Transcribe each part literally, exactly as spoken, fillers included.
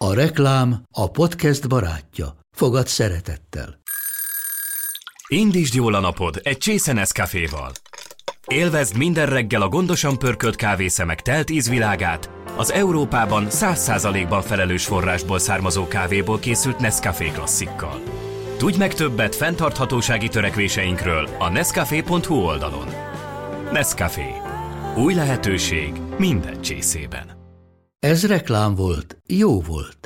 A reklám a podcast barátja. Fogad szeretettel. Indítsd jól a napod egy csésze Nescaféval. Élvezd minden reggel a gondosan pörkölt kávészemek telt ízvilágát, az Európában száz százalékban felelős forrásból származó kávéból készült Nescafé klasszikkal. Tudj meg többet fenntarthatósági törekvéseinkről a nescafé pont hu oldalon. Nescafé. Új lehetőség minden csészében. Ez reklám volt, jó volt.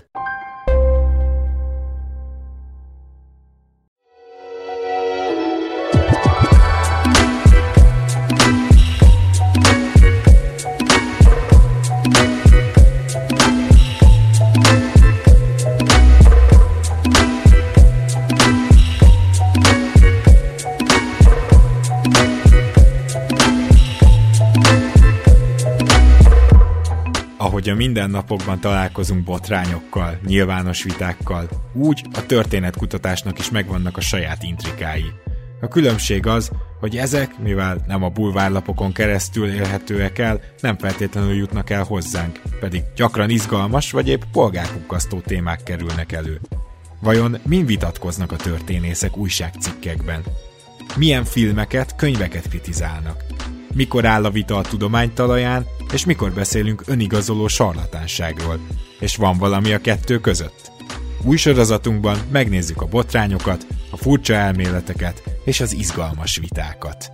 Ahogy a mindennapokban találkozunk botrányokkal, nyilvános vitákkal, úgy a történetkutatásnak is megvannak a saját intrikái. A különbség az, hogy ezek, mivel nem a bulvárlapokon keresztül élhetőek el, nem feltétlenül jutnak el hozzánk, pedig gyakran izgalmas vagy épp polgárpukkasztó témák kerülnek elő. Vajon min vitatkoznak a történészek újságcikkekben? Milyen filmeket, könyveket kritizálnak? Mikor áll a vita a tudomány talaján, és mikor beszélünk önigazoló sarlatánságról? És van valami a kettő között? Új sorozatunkban megnézzük a botrányokat, a furcsa elméleteket és az izgalmas vitákat.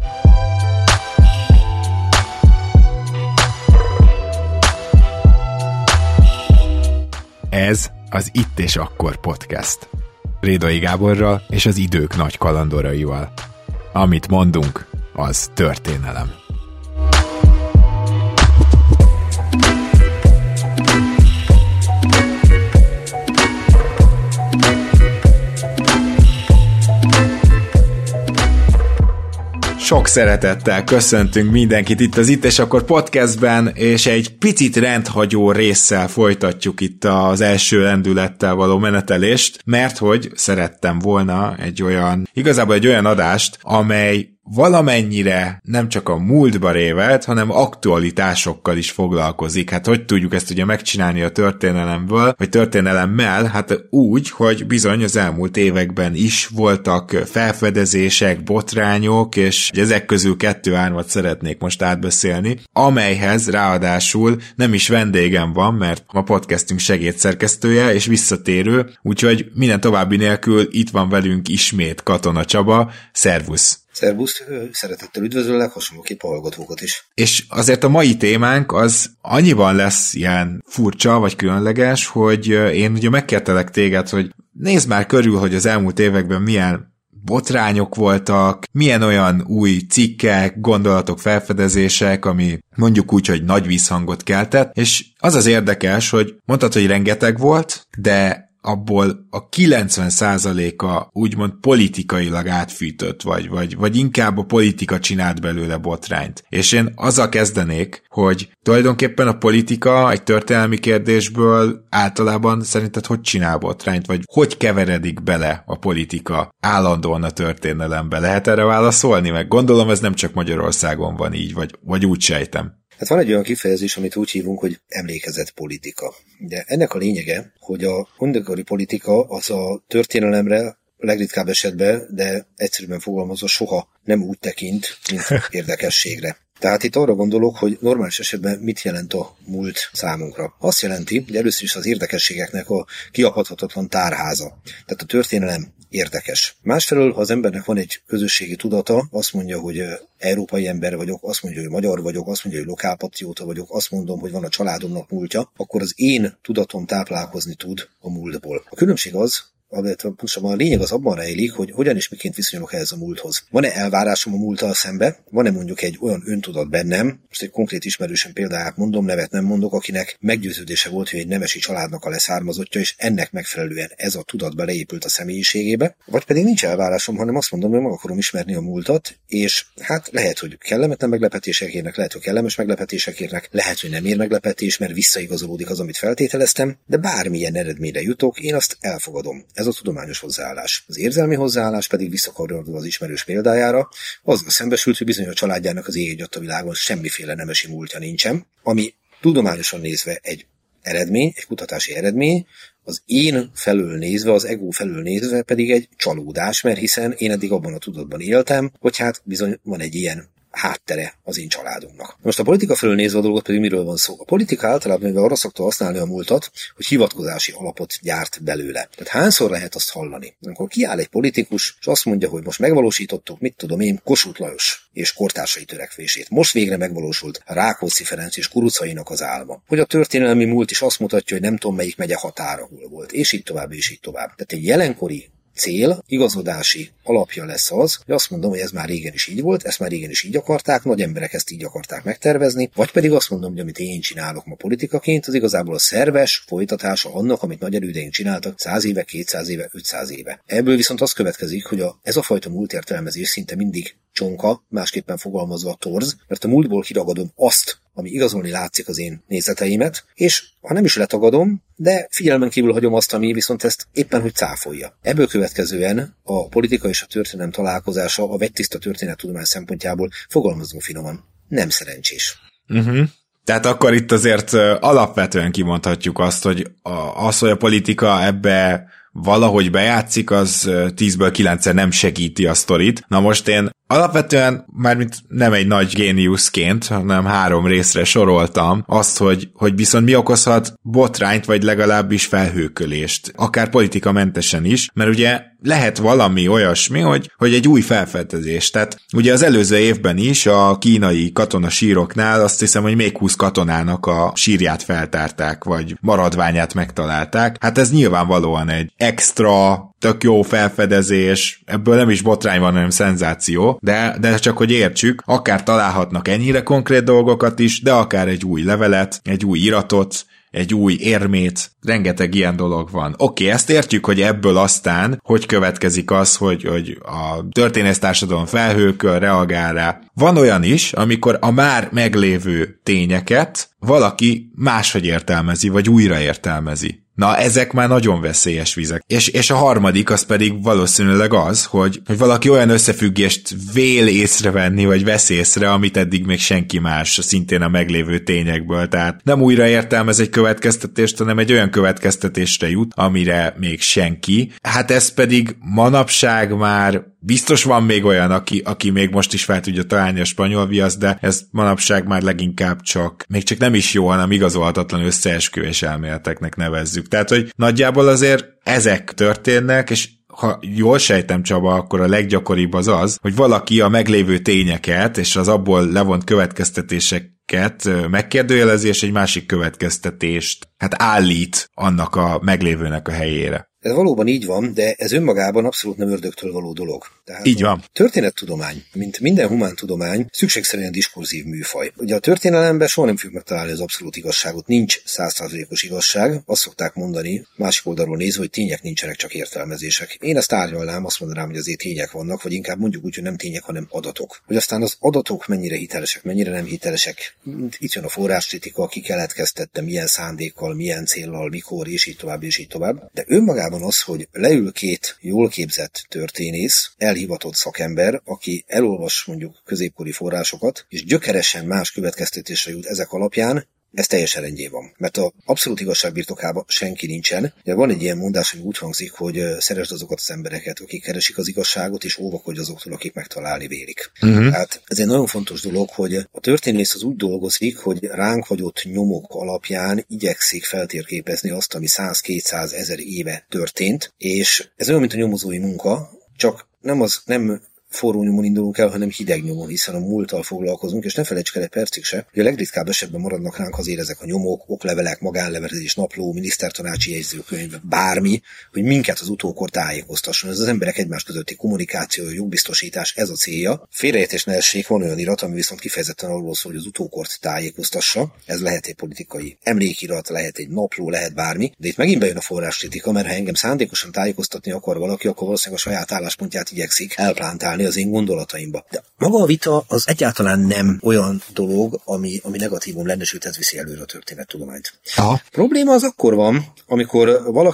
Ez az Itt és Akkor podcast. Rédai Gáborral és az idők nagy kalandoraival. Amit mondunk, az történelem. Sok szeretettel köszöntünk mindenkit itt az Itt és Akkor podcastben, és egy picit rendhagyó résszel folytatjuk itt az első lendülettel való menetelést, mert hogy szerettem volna egy olyan, igazából egy olyan adást, amely valamennyire nem csak a múltba révelt, hanem aktualitásokkal is foglalkozik. Hát hogy tudjuk ezt ugye megcsinálni a történelemből, vagy történelemmel? Hát úgy, hogy bizony az elmúlt években is voltak felfedezések, botrányok, és ezek közül kettő-hármat szeretnék most átbeszélni, amelyhez ráadásul nem is vendégem van, mert a podcastünk segédszerkesztője és visszatérő, úgyhogy minden további nélkül itt van velünk ismét Katona Csaba. Szervusz! Szervusz, szeretettel üdvözöllek, hasonlóképp a hallgatókat is. És azért a mai témánk az annyiban lesz ilyen furcsa vagy különleges, hogy én ugye megkértelek téged, hogy nézd már körül, hogy az elmúlt években milyen botrányok voltak, milyen olyan új cikkek, gondolatok, felfedezések, ami mondjuk úgy, hogy nagy visszhangot keltett, és az az érdekes, hogy mondtad, hogy rengeteg volt, de abból a kilencven százaléka úgymond politikailag átfűtött, vagy, vagy, vagy inkább a politika csinált belőle botrányt. És én azzal kezdenék, hogy tulajdonképpen a politika egy történelmi kérdésből általában szerinted hogy csinál botrányt, vagy hogy keveredik bele a politika állandóan a történelembe? Lehet erre válaszolni? Meg gondolom ez nem csak Magyarországon van így, vagy, vagy úgy sejtem. Hát van egy olyan kifejezés, amit úgy hívunk, hogy emlékezetpolitika. De ennek a lényege, hogy a mondakori politika az a történelemre legritkább esetben, de egyszerűen fogalmazva soha nem úgy tekint, mint érdekességre. Tehát itt arra gondolok, hogy normális esetben mit jelent a múlt számunkra. Azt jelenti, hogy először is az érdekességeknek a kiapadhatatlan tárháza. Tehát a történelem érdekes. Másfelől, ha az embernek van egy közösségi tudata, azt mondja, hogy európai ember vagyok, azt mondja, hogy magyar vagyok, azt mondja, hogy lokálpatrióta vagyok, azt mondom, hogy van a családomnak múltja, akkor az én tudatom táplálkozni tud a múltból. A különbség az, pontosabban a lényeg az abban rejlik, hogy hogyan és miként viszonyulok ehhez a múlthoz. Van-e elvárásom a múlttal szembe? Van-e mondjuk egy olyan öntudat bennem, most egy konkrét ismerősen példáját mondom, nevet nem mondok, akinek meggyőződése volt, hogy egy nemesi családnak a leszármazottja, és ennek megfelelően ez a tudat beleépült a személyiségébe, vagy pedig nincs elvárásom, hanem azt mondom, hogy meg akarom ismerni a múltat, és hát lehet, hogy kellemetlen meglepetések érnek, lehet, hogy kellemes meglepetések érnek, lehet, hogy nem ér meglepetés, mert visszaigazolódik az, amit feltételeztem, de bármilyen eredményre jutok, én azt elfogadom. Ez a tudományos hozzáállás. Az érzelmi hozzáállás pedig visszakanyarodva az ismerős példájára, azzal szembesült, hogy bizony a családjának az ég egy a világon semmiféle nemesi múltja nincsen, ami tudományosan nézve egy eredmény, egy kutatási eredmény, az én felől nézve, az ego felől nézve pedig egy csalódás, mert hiszen én eddig abban a tudatban éltem, hogy hát bizony van egy ilyen háttere az én családomnak. Most a politika felől nézve a dolgot pedig miről van szó? A politika általában mivel arra szokta használni a múltat, hogy hivatkozási alapot gyárt belőle. Tehát hányszor lehet azt hallani? Amikor kiáll egy politikus, és azt mondja, hogy most megvalósítottuk, mit tudom én, Kossuth Lajos és kortársai törekvését. Most végre megvalósult Rákóczi Ferenc és kurucainak az álma. Hogy a történelmi múlt is azt mutatja, hogy nem tudom melyik megye határa hol volt, és így tovább, és így tovább. Tehát egy jelenkori cél, igazodási alapja lesz az, hogy azt mondom, hogy ez már régen is így volt, ezt már régen is így akarták, nagy emberek ezt így akarták megtervezni, vagy pedig azt mondom, hogy amit én csinálok ma politikaként, az igazából a szerves folytatása annak, amit nagy erődeink csináltak száz éve, kétszáz éve, ötszáz éve. Ebből viszont az következik, hogy a, ez a fajta múltértelmezés szinte mindig csonka, másképpen fogalmazva torz, mert a múltból kiragadom azt, ami igazolni látszik az én nézeteimet, és ha nem is letagadom, de figyelmen kívül hagyom azt, ami viszont ezt éppen hogy cáfolja. Ebből következően a politika és a történelem találkozása a vegytiszta történettudomány szempontjából, fogalmazunk finoman, nem szerencsés. Uh-huh. Tehát akkor itt azért alapvetően kimondhatjuk azt, hogy az, hogy a politika ebbe valahogy bejátszik, az tízből kilencszer nem segíti a sztorit. Na most én alapvetően, mármint nem egy nagy géniuszként, hanem három részre soroltam azt, hogy, hogy viszont mi okozhat botrányt, vagy legalábbis felhőkölést. Akár politikamentesen is, mert ugye lehet valami olyasmi, hogy, hogy egy új felfedezés. Tehát ugye az előző évben is a kínai katonasíroknál azt hiszem, hogy még húsz katonának a sírját feltárták, vagy maradványát megtalálták. Hát ez nyilvánvalóan egy extra, tök jó felfedezés, ebből nem is botrány van, hanem szenzáció, de, de csak hogy értsük, akár találhatnak ennyire konkrét dolgokat is, de akár egy új levelet, egy új iratot, egy új érmét, rengeteg ilyen dolog van. Oké, okay, ezt értjük, hogy ebből aztán hogy következik az, hogy, hogy a történésztársadalom felhőkkel reagál rá. Van olyan is, amikor a már meglévő tényeket valaki máshogy értelmezi, vagy újra értelmezi. Na, ezek már nagyon veszélyes vizek. És, és a harmadik az pedig valószínűleg az, hogy, hogy valaki olyan összefüggést vél észrevenni, vagy vesz észre, amit eddig még senki más, szintén a meglévő tényekből. Tehát nem újra értelmez egy következtetést, hanem egy olyan következtetésre jut, amire még senki. Hát ez pedig manapság már biztos van még olyan, aki, aki még most is fel tudja találni a spanyol viaszt, de ez manapság már leginkább csak, még csak nem is jó, hanem igazolhatatlan összeesküvés elméleteknek nevezzük. Tehát, hogy nagyjából azért ezek történnek, és ha jól sejtem, Csaba, akkor a leggyakoribb az az, hogy valaki a meglévő tényeket és az abból levont következtetéseket megkérdőjelezi, és egy másik következtetést hát állít annak a meglévőnek a helyére. Ez valóban így van, de ez önmagában abszolút nem ördögtől való dolog. Tehát így van. A történettudomány, mint minden humántudomány, szükségszerűen diskurzív műfaj. Ugye a történelemben soha nem fogjuk megtalálni az abszolút igazságot, nincs száz százalékos igazság, azt szokták mondani, másik oldalról nézve, hogy tények nincsenek, csak értelmezések. Én ezt tárgyalnám, azt mondanám, hogy azért tények vannak, vagy inkább mondjuk úgy, hogy nem tények, hanem adatok. Hogy aztán az adatok mennyire hitelesek, mennyire nem hitelesek. Itt jön a forráskritika, ki keletkeztette, milyen szándékkal, milyen céllal, mikor, és így tovább, és így tovább. De önmagában az, hogy leül két jól képzett történész, elhivatott szakember, aki elolvas mondjuk középkori forrásokat, és gyökeresen más következtetésre jut ezek alapján, ez teljesen rendjén van. Mert az abszolút igazság birtokában senki nincsen. De van egy ilyen mondás, hogy úgy hangzik, hogy szeresd azokat az embereket, akik keresik az igazságot, és óvakodj azoktól, akik megtalálni vélik. Uh-huh. Tehát ez egy nagyon fontos dolog, hogy a történész az úgy dolgozik, hogy ránk hagyott nyomok alapján igyekszik feltérképezni azt, ami száz-kétszáz ezer éve történt, és ez olyan, mint a nyomozói munka, csak nem az nem forró nyomon indulunk el, hanem hideg nyomon, hiszen a múlttal foglalkozunk, és ne felejtsük el egy percig se, hogy a legritkább esetben maradnak ránk azért ezek a nyomok, oklevelek, magánlevelezés, napló, minisztertanácsi jegyzőkönyv, bármi, hogy minket az utókor tájékoztasson. Ez az emberek egymás közötti kommunikáció, jogbiztosítás, ez a célja. Félreértés ne essék, van olyan irat, ami viszont kifejezetten arról szól, hogy az utókort tájékoztassa. Ez lehet egy politikai emlékirat, lehet egy napló, lehet bármi, de itt megint bejön a forráskritika, mert ha engem szándékosan tájékoztatni akar valaki, akkor valószínűleg a saját álláspontját igyekszik elplántálni az én gondolataimba. De maga a vita az egyáltalán nem olyan dolog, ami, ami negatívum lenne, sőt ez viszi előre a történettudományt. A probléma az akkor van, amikor valaki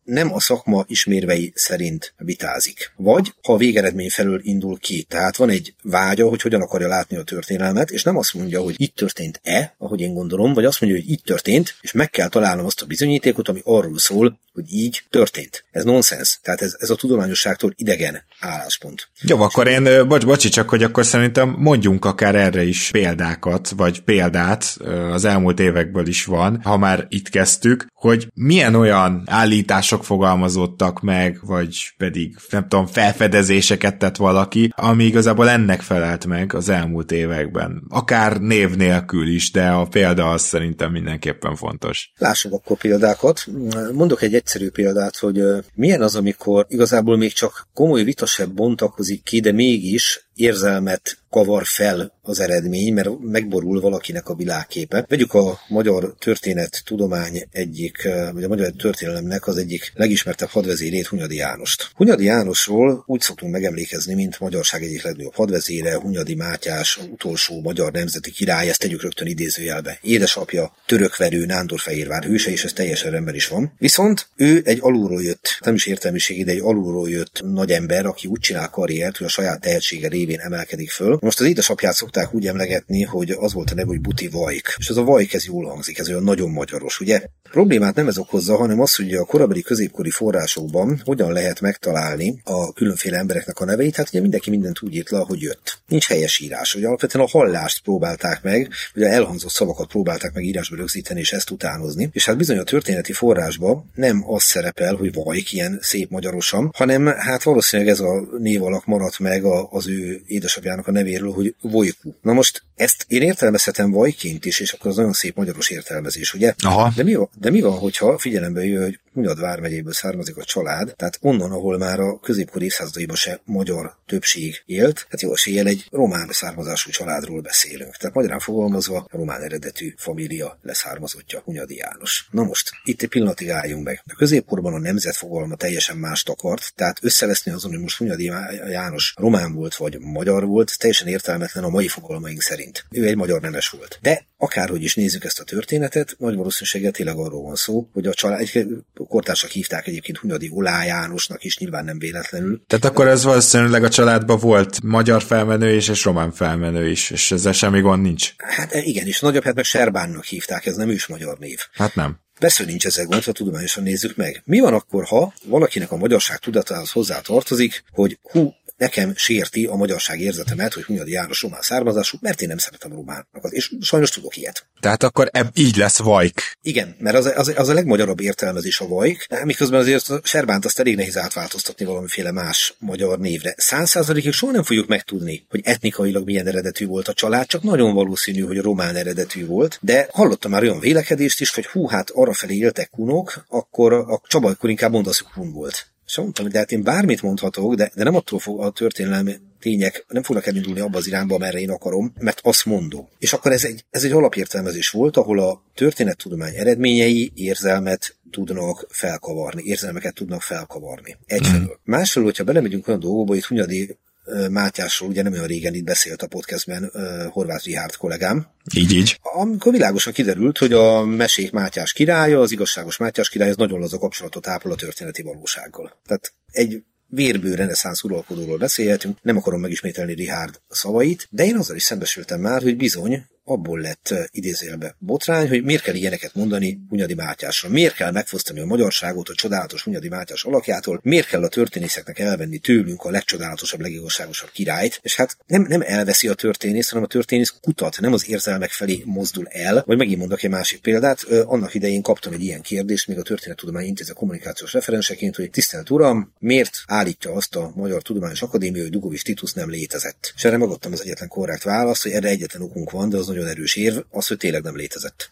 nem a szakma ismérvei szerint vitázik. Vagy ha a végeredmény felől indul ki. Tehát van egy vágya, hogy hogyan akarja látni a történelmet, és nem azt mondja, hogy itt történt-e, ahogy én gondolom, vagy azt mondja, hogy itt történt, és meg kell találnom azt a bizonyítékot, ami arról szól, hogy így történt. Ez nonsens. Tehát ez, ez a tudományosságtól idegen álláspont. Jó, akkor én, bocs, bocsi, csak hogy akkor szerintem mondjunk akár erre is példákat, vagy példát, az elmúlt évekből is van, ha már itt kezdtük, hogy milyen olyan állítások fogalmazódtak meg, vagy pedig, nem tudom, felfedezéseket tett valaki, ami igazából ennek felelt meg az elmúlt években. Akár név nélkül is, de a példa az szerintem mindenképpen fontos. Lássuk akkor példákat. Mondok egy egyszerű példát, hogy milyen az, amikor igazából még csak komoly vita sem bontakozik ki, de mégis érzelmet kavar fel az eredmény, mert megborul valakinek a világképe. Vegyük a magyar történet tudomány egyik, vagy a magyar történelemnek az egyik legismertebb hadvezérét, Hunyadi Jánost. Hunyadi Jánosról úgy szoktunk megemlékezni, mint magyarság egyik legnagyobb hadvezére, Hunyadi Mátyás, utolsó magyar nemzeti király, ezt tegyük rögtön idézőjelbe. Édesapja törökverő Nándorfehérvár hőse, és ez teljesen rendben is van. Viszont ő egy alulról jött, nem is értelmiségi, de egy alulról jött nagy ember, aki úgy csinál karriert, hogy a saját tehetsége révén emelkedik föl. Most az édesapját szokták úgy emlegetni, hogy az volt a neve, hogy Buti Vajk. És ez a Vajk, ez jól hangzik, ez olyan nagyon magyaros, ugye? Problémát nem ez okozza, hanem az, hogy a korabeli középkori forrásokban hogyan lehet megtalálni a különféle embereknek a neveit. Hát ugye mindenki mindent úgy írt le, ahogy jött. Nincs helyesírás. Ugye alapvetően a hallást próbálták meg, ugye elhangzott szavakat próbálták meg írásba rögzíteni és ezt utánozni. És hát bizony a történeti forrásban nem az szerepel, hogy Vajk ilyen szép magyarosan, hanem hát valószínűleg ez a név alak maradt meg az ő édesapjának a nevéről, hogy Vojku. Na most ezt én értelmezhetem Vajként is, és akkor az nagyon szép magyaros értelmezés, ugye? Aha. De mi van, de mi van, hogyha figyelembe jön, hogy Hunyad vármegyéből származik a család, tehát onnan, ahol már a középkori évszázadaiban se magyar többség élt, hát jó eséllyel egy román származású családról beszélünk. Tehát magyarán fogalmazva román eredetű família leszármazottja Hunyadi János. Na most, itt egy pillanatig álljunk meg. A középkorban a nemzet fogalma teljesen mást akart, tehát összeveszni azon, hogy most Hunyadi János román volt vagy magyar volt, teljesen értelmetlen a mai fogalmaink szerint. Ő egy magyar nemes volt. De akárhogy is nézzük ezt a történetet, nagy valószínűséggel tényleg arról van szó, hogy a család, kortársak hívták egyébként Hunyadi Olá Jánosnak is, nyilván nem véletlenül. Tehát akkor ez valószínűleg a családban volt magyar felmenő is, és román felmenő is, és ezzel semmi gond nincs. Hát igen, és nagyobb, hát meg Serbánnak hívták, ez nem ős magyar név. Hát nem. Persze nincs ezzel gond, ha tudományosan nézzük meg. Mi van akkor, ha valakinek a magyarság tudatához hozzá tartozik, hogy hú, nekem sérti a magyarság érzetemet, hogy Hunyadi János román származású, mert én nem szeretem a románokat, és sajnos tudok ilyet. Tehát akkor ebb így lesz Vajk. Igen, mert az, az, az a legmagyarabb értelmezés a Vajk, miközben azért a Serbánt azt elég nehéz átváltoztatni valamiféle más magyar névre. Száz százalékig soha nem fogjuk megtudni, hogy etnikailag milyen eredetű volt a család, csak nagyon valószínű, hogy román eredetű volt, de hallottam már olyan vélekedést is, hogy hú, hát arrafelé éltek kunok, akkor a Csaba akkor inkább mondasz, hogy kun volt. És mondtam, de hát én bármit mondhatok, de, de nem attól fog a történelmi tények nem fognak elindulni abba az irányba, amerre én akarom, mert azt mondom. És akkor ez egy, ez egy alapértelmezés volt, ahol a történettudomány eredményei érzelmet tudnak felkavarni, érzelmeket tudnak felkavarni. Egyfelől. Mm. Másfelől, hogyha belemegyünk olyan dolgokba, itt Hunyadi Mátyásról, ugye nem olyan régen itt beszélt a podcastben uh, Horváth Richárd kollégám. Így, így. Amikor világosan kiderült, hogy a mesék Mátyás királya, az igazságos Mátyás király, az nagyon laza kapcsolatot ápol a történeti valósággal. Tehát egy vérbő reneszánsz uralkodóról beszélhetünk, nem akarom megismételni Richárd szavait, de én azzal is szembesültem már, hogy bizony abból lett idézőjelbe botrány, hogy miért kell ilyeneket mondani Hunyadi Mátyásra, miért kell megfosztani a magyarságot a csodálatos Hunyadi Mátyás alakjától, miért kell a történészeknek elvenni tőlünk a legcsodálatosabb, legigazságosabb királyt, és hát nem, nem elveszi a történész, hanem a történész kutat, nem az érzelmek felé mozdul el, vagy megint mondok egy másik példát, annak idején kaptam egy ilyen kérdést, még a Történettudományi Intézet kommunikációs referenseként, hogy tisztelt uram, miért állítja azt a Magyar Tudományos Akadémia, hogy Dugovics Titus nem létezett? És erre megadtam az egyetlen korrekt választ, hogy erre egyetlen okunk van, de az nagyon erős érv, az, hogy tényleg nem létezett.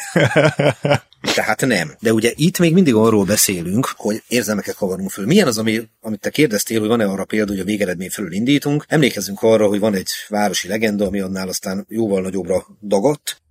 Tehát nem. De ugye itt még mindig arról beszélünk, hogy érzelmeket kavarunk föl. Milyen az, ami, amit te kérdeztél, hogy van-e arra példa, hogy a végeredmény felől indítunk? Emlékezzünk arra, hogy van egy városi legenda, ami annál aztán jóval nagyobbra dagadt,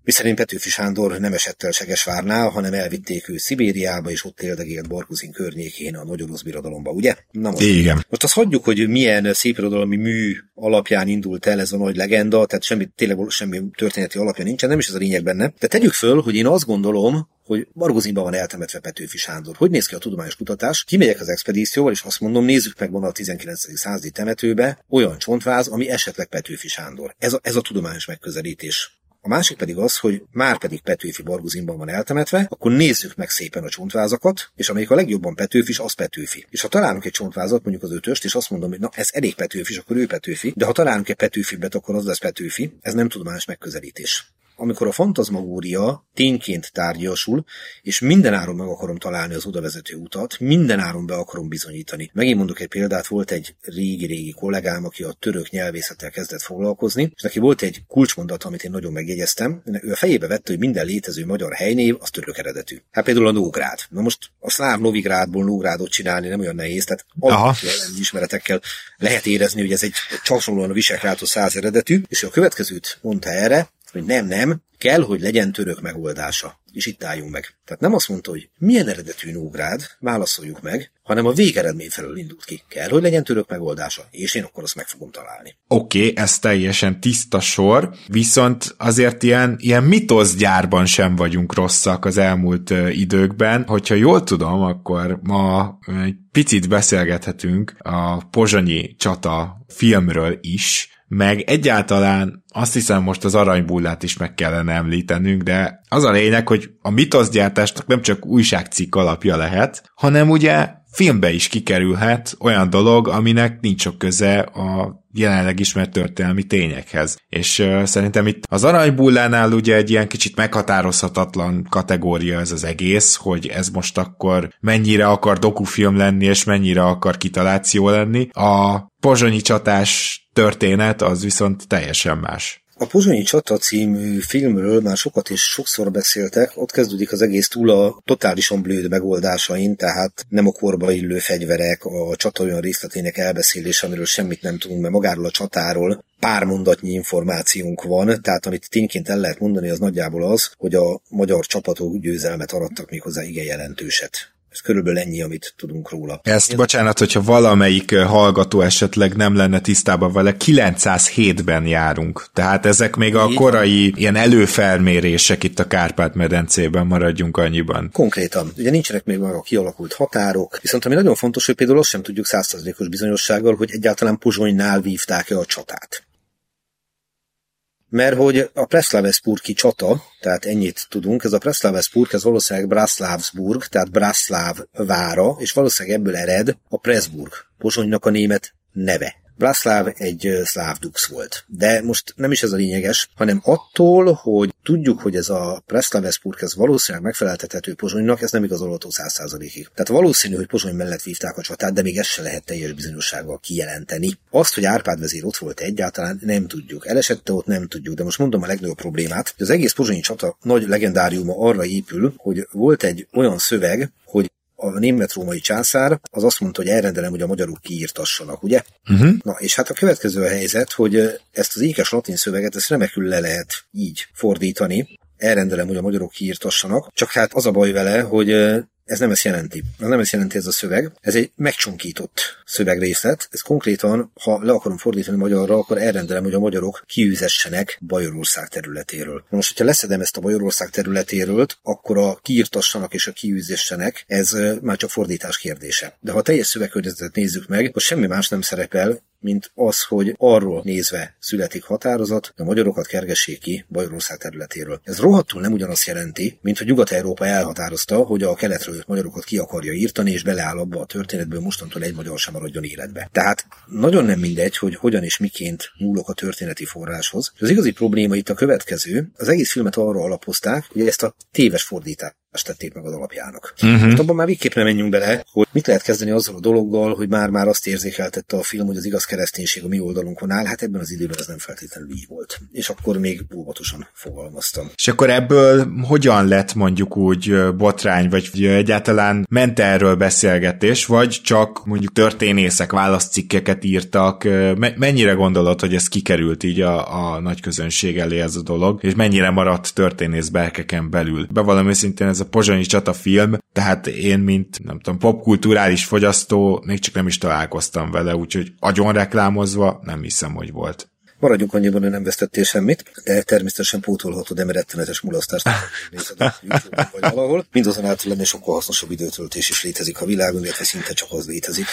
miszerint Petőfi Sándor nem esett el Segesvárnál, hanem elvitték ő Szibériába, és ott éldegélt Barkuzin környékén a Nagy Orosz Birodalomba, ugye? Na most, igen. Most azt hagyjuk, hogy milyen szépirodalmi mű alapján indult el ez a nagy legenda, tehát semmi, tényleg semmi történeti alapja nincsen, nem is ez a lényeg benne. De tegyük föl, hogy én azt gondolom, hogy Barguzinban van eltemetve Petőfi Sándor. Hogy néz ki a tudományos kutatás? Kimegyek az expedícióval, és azt mondom, nézzük meg van a tizenkilencedik századi temetőbe olyan csontváz, ami esetleg Petőfi Sándor. Ez a, ez a tudományos megközelítés. A másik pedig az, hogy már pedig Petőfi Barguzinban van eltemetve, akkor nézzük meg szépen a csontvázakat, és amelyik a legjobban Petőfi, az Petőfi. És ha találunk egy csontvázat, mondjuk az ötöst, és azt mondom, hogy na ez elég Petőfi, akkor ő Petőfi, de ha találunk egy Petőfibet, akkor az lesz Petőfi, ez nem tudományos megközelítés. Amikor a fantazmagória tényként tárgyasul, és mindenáron meg akarom találni az odavezető utat, mindenáron be akarom bizonyítani. Megint mondok egy példát, volt egy régi-régi kollégám, aki a török nyelvészettel kezdett foglalkozni, és neki volt egy kulcsmondat, amit én nagyon megjegyeztem. Ő a fejébe vette, hogy minden létező magyar helynév az török eredetű. Hát például a Nógrád. Na most a szláv Novigrádból Nógrádot csinálni nem olyan nehéz, tehát alapvető ismeretekkel lehet érezni, hogy ez egy hasonlóan a Visegrádhoz száz eredetű, és a következőt mondta erre, hogy nem, nem, kell, hogy legyen török megoldása. És itt álljunk meg. Tehát nem azt mondta, hogy milyen eredetű Nógrád, válaszoljuk meg, hanem a végeredmény felől indult ki. Kell, hogy legyen török megoldása, és én akkor azt meg fogom találni. Oké, okay, ez teljesen tiszta sor, viszont azért ilyen, ilyen mitoszgyárban sem vagyunk rosszak az elmúlt uh, időkben. Hogyha jól tudom, akkor ma egy picit beszélgethetünk a pozsonyi csata filmről is, meg egyáltalán azt hiszem most az aranybullát is meg kellene említenünk, de az a lényeg, hogy a mitoszgyártásnak nem csak újságcikk alapja lehet, hanem ugye filmbe is kikerülhet olyan dolog, aminek nincs sok köze a jelenleg ismert történelmi tényekhez. És uh, szerintem itt az aranybullánál ugye egy ilyen kicsit meghatározhatatlan kategória ez az egész, hogy ez most akkor mennyire akar dokufilm lenni, és mennyire akar kitaláció lenni. A pozsonyi csatás történet az viszont teljesen más. A Pozsonyi csata című filmről már sokat és sokszor beszéltek, ott kezdődik az egész túl a totálisan blőd megoldásain, tehát nem a korba illő fegyverek, a csata olyan részletének elbeszélése, amiről semmit nem tudunk, mert magáról a csatáról pár mondatnyi információnk van, tehát amit tényként el lehet mondani, az nagyjából az, hogy a magyar csapatok győzelmet arattak méghozzá igen jelentőset. Ez körülbelül ennyi, amit tudunk róla. Ezt, bocsánat, hogyha valamelyik hallgató esetleg nem lenne tisztában vele, kilencszázhétben járunk. Tehát ezek még a korai ilyen előfelmérések itt a Kárpát-medencében, maradjunk annyiban. Konkrétan. Ugye nincsenek még meg a kialakult határok, viszont ami nagyon fontos, hogy például azt sem tudjuk száz százalékos bizonyossággal, hogy egyáltalán Pozsonynál vívták-e a csatát. Mert hogy a Preszlaveszburgi csata, tehát ennyit tudunk, ez a Preszlaveszburg, ez valószínűleg Braslavsburg, tehát Braszláv vára, és valószínűleg ebből ered a Pressburg, Pozsonynak a német neve. Braszláv egy szláv dux volt. De most nem is ez a lényeges, hanem attól, hogy tudjuk, hogy ez a Preszlaveszburg, ez valószínűleg megfeleltethető Pozsonynak, ez nem igazolható száz százalékig. Tehát valószínű, hogy Pozsony mellett vívták a csatát, de még ezt se lehet teljes bizonyossággal kijelenteni. Azt, hogy Árpád vezér ott volt egyáltalán, nem tudjuk. Elesette ott, nem tudjuk, de most mondom a legnagyobb problémát, hogy az egész pozsonyi csata nagy legendáriuma arra épül, hogy volt egy olyan szöveg, hogy a német-római császár az azt mondta, hogy elrendelem, hogy a magyarok kiírtassanak, ugye? Uh-huh. Na, és hát a következő a helyzet, hogy ezt az ékes latin szöveget, ezt remekül le lehet így fordítani, elrendelem, hogy a magyarok kiírtassanak, csak hát az a baj vele, hogy ez nem ezt jelenti. Ez nem ezt jelenti ez a szöveg. Ez egy megcsonkított szövegrészlet. Ez konkrétan, ha le akarom fordítani magyarra, akkor elrendelem, hogy a magyarok kiűzessenek Bajorország területéről. Most, hogyha leszedem ezt a Bajorország területéről, akkor a kiírtassanak és a kiűzessenek, ez már csak fordítás kérdése. De ha a teljes szövegkörnyezetet nézzük meg, akkor semmi más nem szerepel, mint az, hogy arról nézve születik határozat, hogy a magyarokat kergessék ki Bajorország területéről. Ez rohadtul nem ugyanazt jelenti, mint hogy Nyugat-Európa elhatározta, hogy a keletről jött magyarokat ki akarja írtani, és beleáll abba a történetből mostantól egy magyar sem maradjon életbe. Tehát nagyon nem mindegy, hogy hogyan és miként nyúlok a történeti forráshoz. Az igazi probléma itt a következő, az egész filmet arra alapozták, hogy ezt a téves fordítást ezt tették meg az alapjának. Uh-huh. Most abban már végképp nem menjünk bele, hogy mit lehet kezdeni azzal a dologgal, hogy már-már azt érzékeltette a film, hogy az igaz kereszténység a mi oldalunkon áll, hát ebben az időben ez nem feltétlenül így volt. És akkor még óvatosan fogalmaztam. És akkor ebből hogyan lett mondjuk úgy botrány, vagy egyáltalán ment erről beszélgetés, vagy csak mondjuk történészek válaszcikkeket írtak, mennyire gondolod, hogy ez kikerült így a, a nagy közönség elé ez a dolog, és mennyire maradt történész berkeken belül? Bevallom őszintén, ez a pozsonyi csata film, tehát én, mint nem tudom, popkulturális fogyasztó, még csak nem is találkoztam vele, úgyhogy agyon reklámozva nem hiszem, hogy volt. Maradjunk annyiban, hogy nem vesztettél semmit, de természetesen pótolhatod, de rettenetes mulasztást nézed a YouTube-on vagy valahol. Mindazonáltal lenni sokkal hasznosabb időtöltés is létezik a világon, illetve szinte csak az létezik.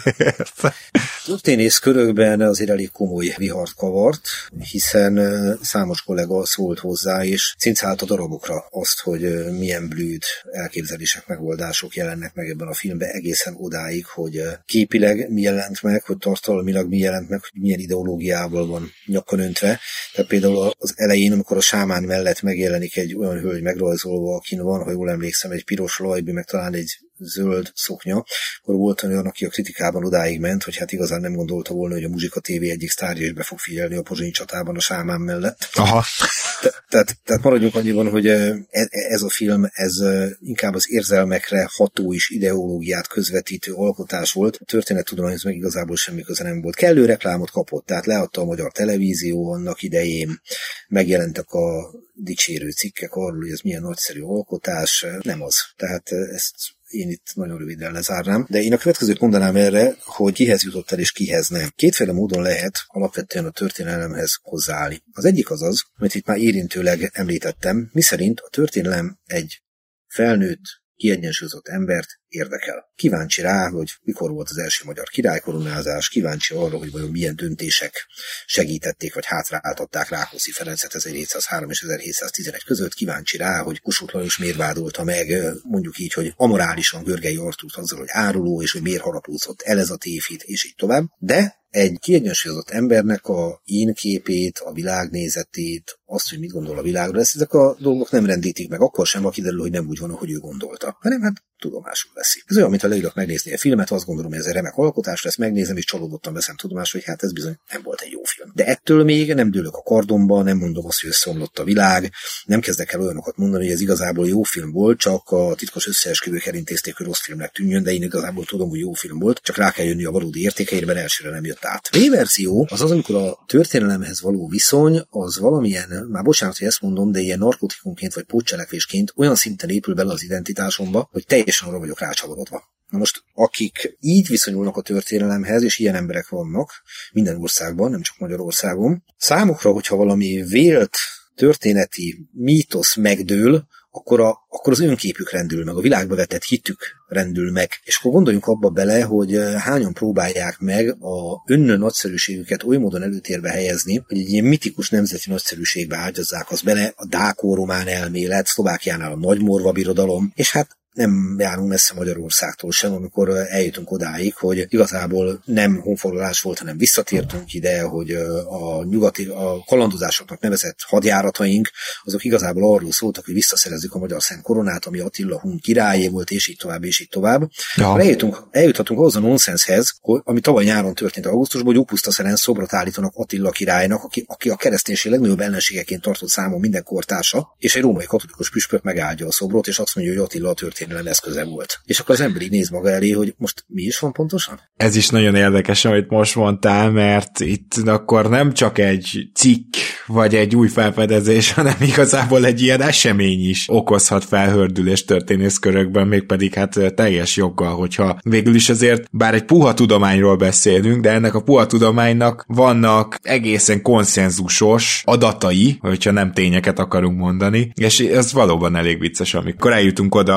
Történész körökben azért elég komoly vihart kavart, hiszen számos kollega szólt hozzá, és cincált a darabokra azt, hogy milyen blőd elképzelések, megoldások jelennek meg ebben a filmben, egészen odáig, hogy képileg mi jelent meg, hogy tartalmilag mi jelent meg, hogy milyen ideológiával van nyakon öntve. Tehát például az elején, amikor a sámán mellett megjelenik egy olyan hölgy megrajzolva, akin van, ha jól emlékszem, egy piros lajbi, meg talán egy zöld szoknya, akkor volt olyan, aki a kritikában odáig ment, hogy hát igazán nem gondolta volna, hogy a Muzsika té vé egyik sztárja is be fog figyelni a pozsonyi csatában a sámán mellett. Aha. Te, tehát, tehát maradjunk annyiban, hogy ez a film, ez inkább az érzelmekre ható és ideológiát közvetítő alkotás volt. A történettudományhoz meg igazából semmi köze nem volt. Kellő reklámot kapott, tehát leadta a magyar televízió annak idején, megjelentek a dicsérő cikkek arról, hogy ez milyen nagyszerű alkotás, nem az. Tehát ezt én itt nagyon röviden lezárnám. De én a következőt mondanám erre, hogy kihez jutott el és kihez nem. Kétféle módon lehet alapvetően a történelemhez hozzáállni. Az egyik az az, amit itt már érintőleg említettem, miszerint a történelem egy felnőtt, kiegyensúlyozott embert érdekel. Kíváncsi rá, hogy mikor volt az első magyar királykoronázás, kíváncsi arra, hogy vajon milyen döntések segítették, vagy hátráltatták Rákóczi Ferencet ezerhétszázhárom és ezerhétszáztizenegy között, kíváncsi rá, hogy Kossuth Lajos miért vádolta meg, mondjuk így, hogy amorálisan Görgei Artúrt azzal, hogy áruló, és hogy miért harapódzott el ez a tévhit, és így tovább. De egy kiegyensúlyozott embernek a én képét, a világnézetét, azt, hogy mit gondol a világról, ezt ezek a dolgok nem rendítik meg, akkor sem, ha kiderül, hogy nem úgy van, ahogy ő gondolta, hanem hát tudomásul veszi. Ez olyan, mint ha leülök megnézni a filmet, azt gondolom, hogy ez egy remek alkotás lesz, megnézem, és csalódottan veszem tudomásul, hogy hát ez bizony nem volt egy jó film. De ettől még nem dőlök a kardomba, nem mondom azt, hogy összeomlott a világ, nem kezdek el olyanokat mondani, hogy ez igazából jó film volt, csak a titkos összeesküvők elintézték, hogy rossz filmnek tűnjön, de én igazából tudom, hogy jó film volt, csak rá kell jönni a valódi értékeire, elsőre nem jött át. B-verzió az az, amikor a történelemhez való viszony az valamilyen, már bocsánat, hogy ezt mondom, de ilyen narkotikumként vagy pótcselekvésként olyan szinten épül bele az identitásomba, hogy teljesen arra vagyok rácsavarodva. Na most, akik így viszonyulnak a történelemhez, és ilyen emberek vannak minden országban, nem csak Magyarországon, számukra, hogyha valami vélt történeti mítosz megdől, akkor, a, akkor az önképük rendül meg, a világba vetett hitük rendül meg. És akkor gondoljunk abba bele, hogy hányan próbálják meg a önnön nagyszerűségüket oly módon előtérbe helyezni, hogy egy ilyen mitikus nemzeti nagyszerűségbe ágyazzák az bele, a dákó-román elmélet, Szlovákiánál a nagymorva birodalom, és hát nem járunk messze Magyarországtól sem, amikor eljutunk odáig, hogy igazából nem honfoglalás volt, hanem visszatértünk ide, hogy a nyugati, a kalandozásoknak nevezett hadjárataink, azok igazából arról szóltak, hogy visszaszerezzük a magyar szent koronát, ami Attila hun királyé volt, és így tovább, és így tovább. Ja. Eljutunk, eljuthatunk ahhoz a nonsenshez, hogy, ami tavaly nyáron történt augusztusban, hogy Ópuszta Szeren szobrot állítanak Attila királynak, aki, aki a kereszténység legnagyobb ellenségeként tartott számon minden kortársa, és egy római katolikus püspök megáldja a szobrot, és azt mondja, hogy Attila a történelem eszköze volt. És akkor az ember így néz maga elé, hogy most mi is van pontosan? Ez is nagyon érdekes, amit most mondtál, mert itt akkor nem csak egy cikk, vagy egy új felfedezés, hanem igazából egy ilyen esemény is okozhat felhördülést történészkörökben, mégpedig hát teljes joggal, hogyha végül is azért, bár egy puha tudományról beszélünk, de ennek a puha tudománynak vannak egészen konszenzusos adatai, hogyha nem tényeket akarunk mondani, és ez valóban elég vicces, amikor eljutunk oda, hogy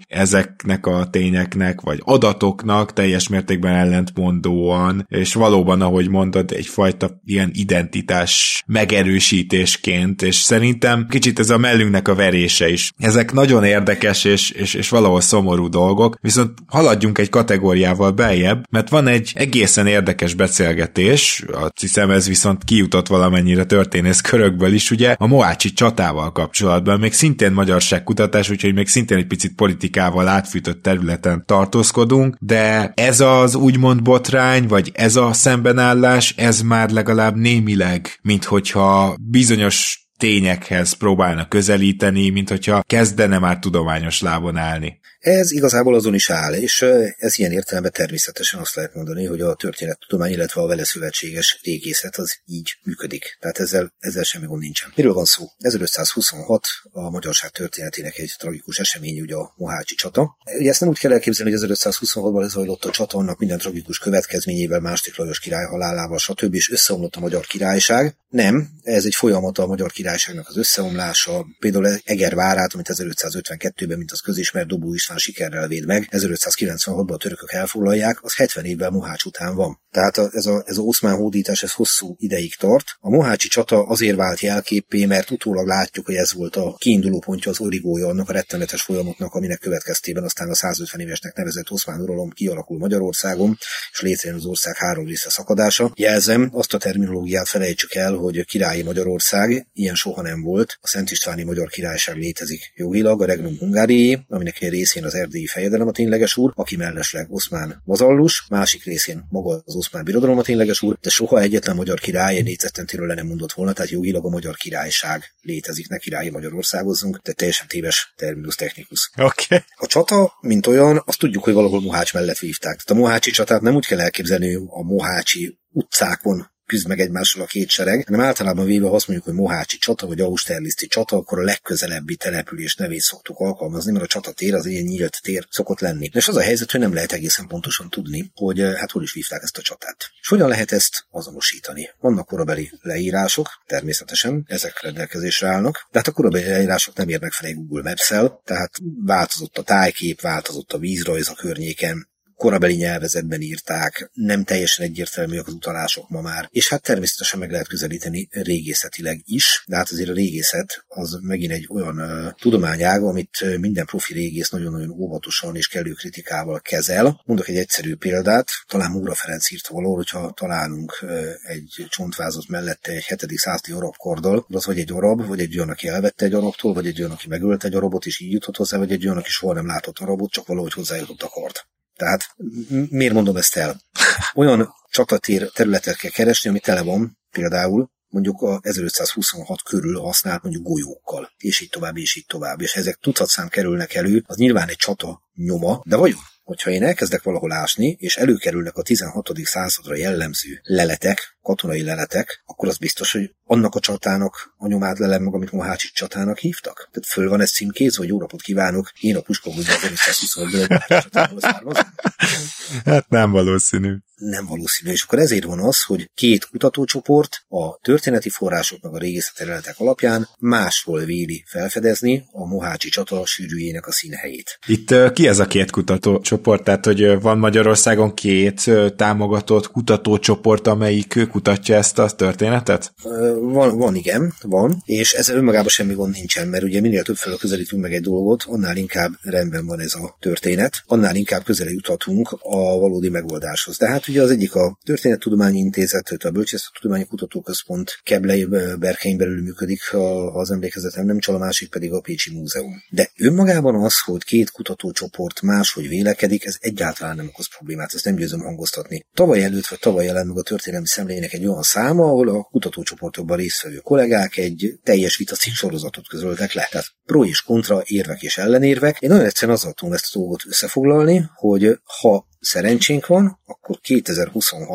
ezeknek a tényeknek, vagy adatoknak teljes mértékben ellentmondóan, és valóban, ahogy mondod, egyfajta ilyen identitás megerősítésként, és szerintem kicsit ez a mellünknek a verése is. Ezek nagyon érdekes, és, és, és valahol szomorú dolgok, viszont haladjunk egy kategóriával beljebb, mert van egy egészen érdekes beszélgetés, azt hiszem ez viszont kijutott valamennyire történész körökből is, ugye, a mohácsi csatával kapcsolatban, még szintén magyarságkutatás, úgyhogy még szintén egy picit politikával átfűtött területen tartózkodunk, de ez az úgymond botrány, vagy ez a szembenállás, ez már legalább némileg, mint hogyha bizonyos tényekhez próbálna közelíteni, mint hogyha kezdene már tudományos lábon állni. Ez igazából azon is áll, és ez ilyen értelemben természetesen azt lehet mondani, hogy a történettudomány, illetve a vele szövetséges régészet az így működik. Tehát ezzel, ezzel semmi gond nincsen. Miről van szó? ezerötszázhuszonhat a magyarság történetének egy tragikus esemény, ugye a mohácsi csata. Ugye ezt nem úgy kell elképzelni, hogy ezerötszázhuszonhatban lezajlott a csata, annak minden tragikus következményével, második Lajos király halálával, stb. És összeomlott a magyar királyság. Nem, ez egy folyamata a magyar királyságnak az összeomlása. Például Eger várát, amit ezerötszázötvenkettőben, mint az közismert, Dobó István sikerrel véd meg, ezerötszázkilencvenhatban a törökök elfoglalják, az hetven évvel Mohács után van. Tehát ez a, ez a oszmán hódítás, ez hosszú ideig tart. A mohácsi csata azért vált jelképpé, mert utólag látjuk, hogy ez volt a kiinduló pontja, az origója annak a rettenetes folyamatnak, aminek következtében aztán a százötven évesnek nevezett oszmán uralom kialakul Magyarországon, és létrejön az ország három része szakadása. Jelzem, azt a terminológiát felejtsük el, hogy királyi Magyarország, ilyen soha nem volt. A Szent Istváni Magyar Királyság létezik jogilag, a Regnum Hungariae, aminek egy részén az erdélyi fejedelem a tényleges úr, aki mellesleg oszmán vazallus, másik részén maga az oszmán birodalom a tényleges úr, de soha egyetlen magyar király egy négyzettentéről le nem mondott volna, tehát jogilag a Magyar Királyság létezik, ne királyi Magyarországozzunk, de teljesen téves terminus technicus. Okay. A csata, mint olyan, azt tudjuk, hogy valahol Mohács mellett vívták. Tehát a mohácsi csatát nem úgy kell elképzelni, a mohácsi utcákon küzd meg egymással a két sereg, hanem általában véve, ha azt mondjuk, hogy mohácsi csata, vagy austerliszti csata, akkor a legközelebbi település nevét szoktuk alkalmazni, mert a csatatér az ilyen nyílt tér szokott lenni. És az a helyzet, hogy nem lehet egészen pontosan tudni, hogy hát hol is vívták ezt a csatát. És hogyan lehet ezt azonosítani? Vannak korabeli leírások, természetesen, ezek rendelkezésre állnak, de hát a korabeli leírások nem érnek fel egy Google Maps-el, tehát változott a tájkép, változott a vízrajz a környéken, korabeli nyelvezetben írták, nem teljesen egyértelműek az utalások ma már, és hát természetesen meg lehet közelíteni régészetileg is, de hát azért a régészet az megint egy olyan uh, tudományág, amit minden profi régész nagyon-nagyon óvatosan és kellő kritikával kezel. Mondok egy egyszerű példát, talán Móra Ferenc írta valahol, hogyha találunk uh, egy csontvázat mellette egy hetedik századi arab karddal, az vagy egy arab, vagy egy olyan, aki elvette egy arabtól, vagy egy olyan, aki megölte egy arabot, és így jutott hozzá, vagy egy olyan, aki soha nem látott arabot, csak valahogy hozzájutott a kard. Tehát miért mondom ezt el? Olyan csatatér területet kell keresni, ami tele van, például mondjuk a ezerötszázhuszonhat körül használt mondjuk golyókkal, és így tovább, és így tovább. És ezek tucatszám kerülnek elő, az nyilván egy csata nyoma, de vajon? Hogyha én elkezdek valahol ásni, és előkerülnek a tizenhatodik századra jellemző leletek, katonai leletek, akkor az biztos, hogy annak a csatának a nyomát lelem meg, amit mohácsi csatának hívtak? Tehát föl van ez címkézve, hogy jó napot kívánok, én a Puskogúzban ezerötszázhuszonhatból csatából származom? Hát nem valószínű. Nem valószínű, és akkor ezért van az, hogy két kutatócsoport a történeti források meg a régészeti leletek alapján máshol véli felfedezni a mohácsi csata sűrűjének a színhelyét. Itt uh, ki ez a két kutatócsoport? Tehát, hogy uh, van Magyarországon két uh, támogatott kutatócsoport, amelyik uh, kutatja ezt a történetet? Uh, van, van, igen, van, és ezzel önmagában semmi gond nincsen, mert ugye minél többfelől közelítünk meg egy dolgot, annál inkább rendben van ez a történet, annál inkább közel juthatunk a valódi megoldáshoz. De hát ugye az egyik a Történettudományi Intézet, a Bölcsészettudományi Kutatóközpont Keblei berkein belül működik, ha az emlékezetem nem csal, a másik pedig a Pécsi Múzeum. De önmagában az, hogy két kutatócsoport máshogy vélekedik, ez egyáltalán nem okoz problémát, ezt nem győzöm hangoztatni. Tavaly előtt vagy tavaly jelent meg a Történelmi Szemlének egy olyan száma, ahol a kutatócsoportokban résztvevő kollégák egy teljes vitacikk sorozatot közöltek le. Tehát pro és kontra, érvek és ellenérvek. Én nagyon egyszerűen azzal tudom ezt a dolgot összefoglalni, hogy ha szerencsénk van, akkor kétezer-huszonhatra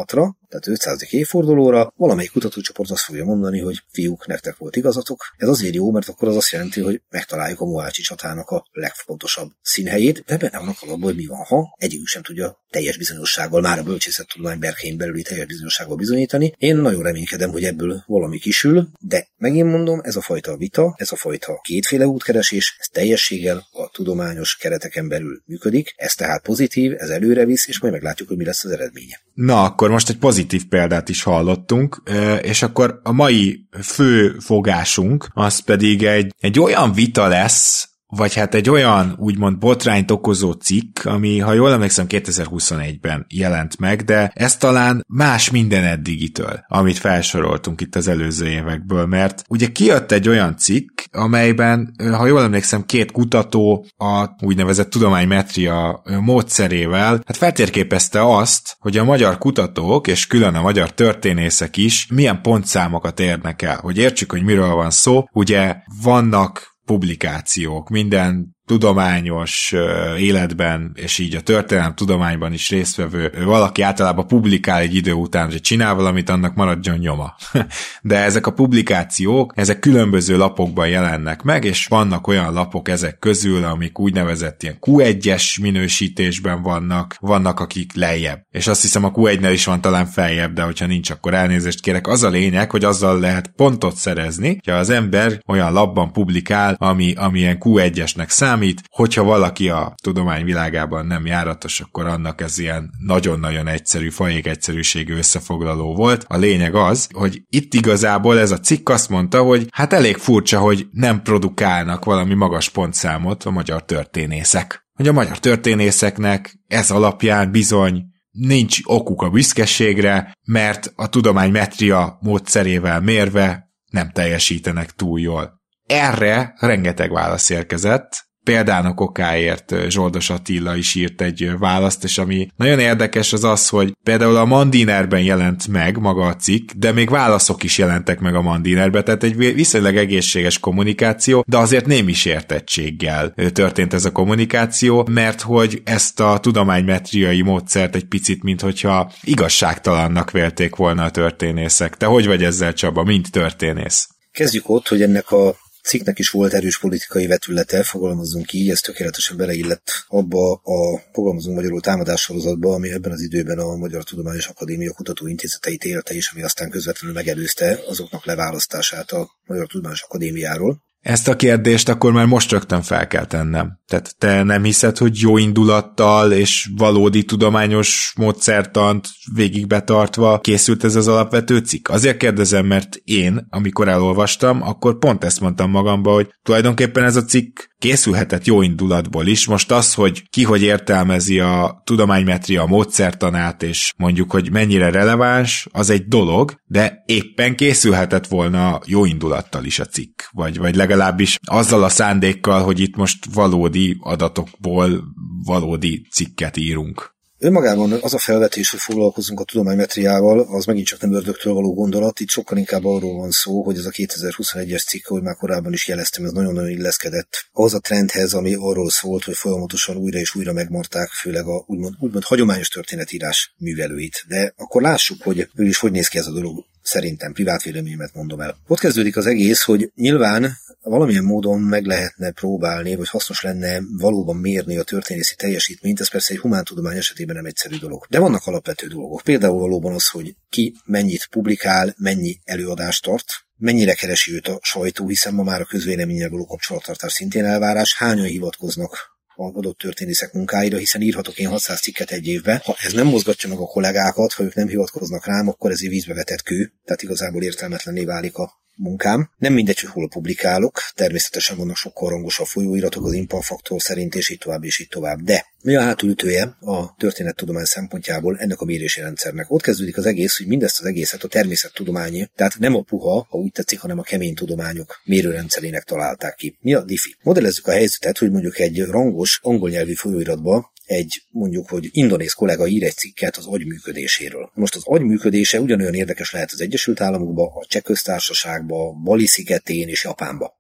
tehát ötszázadik évfordulóra valamelyik kutatócsoport azt fogja mondani, hogy fiúk, nektek volt igazatok. Ez azért jó, mert akkor az azt jelenti, hogy megtaláljuk a Mohácsi csatának a legfontosabb színhelyét, de benne vannak alapból, hogy mi van, ha egyikük sem tudja teljes bizonyossággal, már a bölcsészettudomány berkein belüli teljes bizonyossággal bizonyítani. Én nagyon reménykedem, hogy ebből valami kisül, de megint mondom, ez a fajta vita, ez a fajta kétféle útkeresés, ez teljességgel a tudományos kereteken belül működik, ez tehát pozitív, ez előre visz, és majd meglátjuk, hogy mi lesz az eredménye. Na, akkor most egy pozitív példát is hallottunk, és akkor a mai fő fogásunk az pedig egy, egy olyan vita lesz, vagy hát egy olyan úgymond botrányt okozó cikk, ami, ha jól emlékszem, kétezer-huszonegyben jelent meg, de ez talán más minden eddigitől, amit felsoroltunk itt az előző évekből, mert ugye kijött egy olyan cikk, amelyben, ha jól emlékszem, két kutató a úgynevezett tudománymetria módszerével hát feltérképezte azt, hogy a magyar kutatók, és külön a magyar történészek is milyen pontszámokat érnek el, hogy értsük, hogy miről van szó. Ugye vannak publikációk, minden tudományos uh, életben, és így a történelem tudományban is résztvevő valaki általában publikál egy idő után, hogy csinál valamit, annak maradjon nyoma. De ezek a publikációk, ezek különböző lapokban jelennek meg, és vannak olyan lapok ezek közül, amik úgynevezett ilyen kú egyes minősítésben vannak, vannak akik lejjebb. És azt hiszem a kú egynél is van talán feljebb, de hogyha nincs, akkor elnézést kérek. Az a lényeg, hogy azzal lehet pontot szerezni, ha az ember olyan lapban publikál, ami, ami ilyen kú egyesnek számít. Hogyha valaki a tudomány világában nem járatos, akkor annak ez ilyen nagyon-nagyon egyszerű, fajék egyszerűségű összefoglaló volt. A lényeg az, hogy itt igazából ez a cikk azt mondta, hogy hát elég furcsa, hogy nem produkálnak valami magas pontszámot a magyar történészek. Hogy a magyar történészeknek ez alapján bizony nincs okuk a büszkeségre, mert a tudománymetria módszerével mérve nem teljesítenek túl jól. Erre rengeteg válasz érkezett. Példának okáért Zsoldos Attila is írt egy választ, és ami nagyon érdekes az az, hogy például a Mandinerben jelent meg maga a cikk, de még válaszok is jelentek meg a Mandinerben, tehát egy viszonylag egészséges kommunikáció, de azért némi sértettséggel történt ez a kommunikáció, mert hogy ezt a tudománymetriai módszert egy picit, minthogyha igazságtalannak vélték volna a történészek. Te hogy vagy ezzel, Csaba, mint történész? Kezdjük ott, hogy ennek a cikknek is volt erős politikai vetülete, fogalmazzunk így, ez tökéletesen beleillett abba a fogalmazunk magyarul támadássorozatba, ami ebben az időben a Magyar Tudományos Akadémia kutatóintézeteit élte, és ami aztán közvetlenül megelőzte azoknak leválasztását a Magyar Tudományos Akadémiáról. Ezt a kérdést akkor már most rögtön fel kell tennem. Tehát te nem hiszed, hogy jó indulattal és valódi tudományos módszertant végig betartva készült ez az alapvető cikk? Azért kérdezem, mert én, amikor elolvastam, akkor pont ezt mondtam magamba, hogy tulajdonképpen ez a cikk készülhetett jó indulatból is. Most az, hogy ki hogy értelmezi a tudománymetria módszertanát, és mondjuk, hogy mennyire releváns, az egy dolog, de éppen készülhetett volna jó indulattal is a cikk. Vagy, vagy legalábbis azzal a szándékkal, hogy itt most valódi adatokból valódi cikket írunk. Önmagában az a felvetés, hogy foglalkozunk a tudománymetriával, az megint csak nem ördögtől való gondolat, itt sokkal inkább arról van szó, hogy ez a kétezer-huszonegyes cikk, ahogy már korábban is jeleztem, ez nagyon-nagyon illeszkedett ahhoz a trendhez, ami arról szólt, hogy folyamatosan újra és újra megmarták, főleg a úgymond, úgymond hagyományos történetírás művelőit. De akkor lássuk, hogy ő is hogy néz ki ez a dolog. Szerintem, privát véleményemet mondom el. Ott kezdődik az egész, hogy nyilván valamilyen módon meg lehetne próbálni, vagy hasznos lenne valóban mérni a történészi teljesítményt, ez persze egy humántudomány esetében nem egyszerű dolog. De vannak alapvető dolgok. Például valóban az, hogy ki mennyit publikál, mennyi előadást tart, mennyire keresi őt a sajtó, hiszen ma már a közvéleménnyel való kapcsolattartás szintén elvárás, hányan hivatkoznak az adott történészek munkáira, hiszen írhatok én hatszáz cikket egy évbe. Ha ez nem mozgatja meg a kollégákat, ha ők nem hivatkoznak rám, akkor ez egy vízbe vetett kő, tehát igazából értelmetlenné válik a munkám. Nem mindegy, hogy hol publikálok, természetesen vannak sokkal rangosabb folyóiratok az Impal-faktor szerint, és így tovább, és így tovább. De mi a hátulütője a történettudomány szempontjából ennek a mérési rendszernek? Ott kezdődik az egész, hogy mindezt az egészet a természettudományi, tehát nem a puha, ha úgy tetszik, hanem a kemény tudományok mérőrendszerének találták ki. Mi a diffi? Modellezzük a helyzetet, hogy mondjuk egy rangos angol nyelvű folyóiratba egy, mondjuk, hogy indonéz kollega ír egy cikket az agy működéséről. Most az agy működése ugyanolyan érdekes lehet az Egyesült Államokban, a Cseh Köztársaságban, Bali szigetén és Japánban.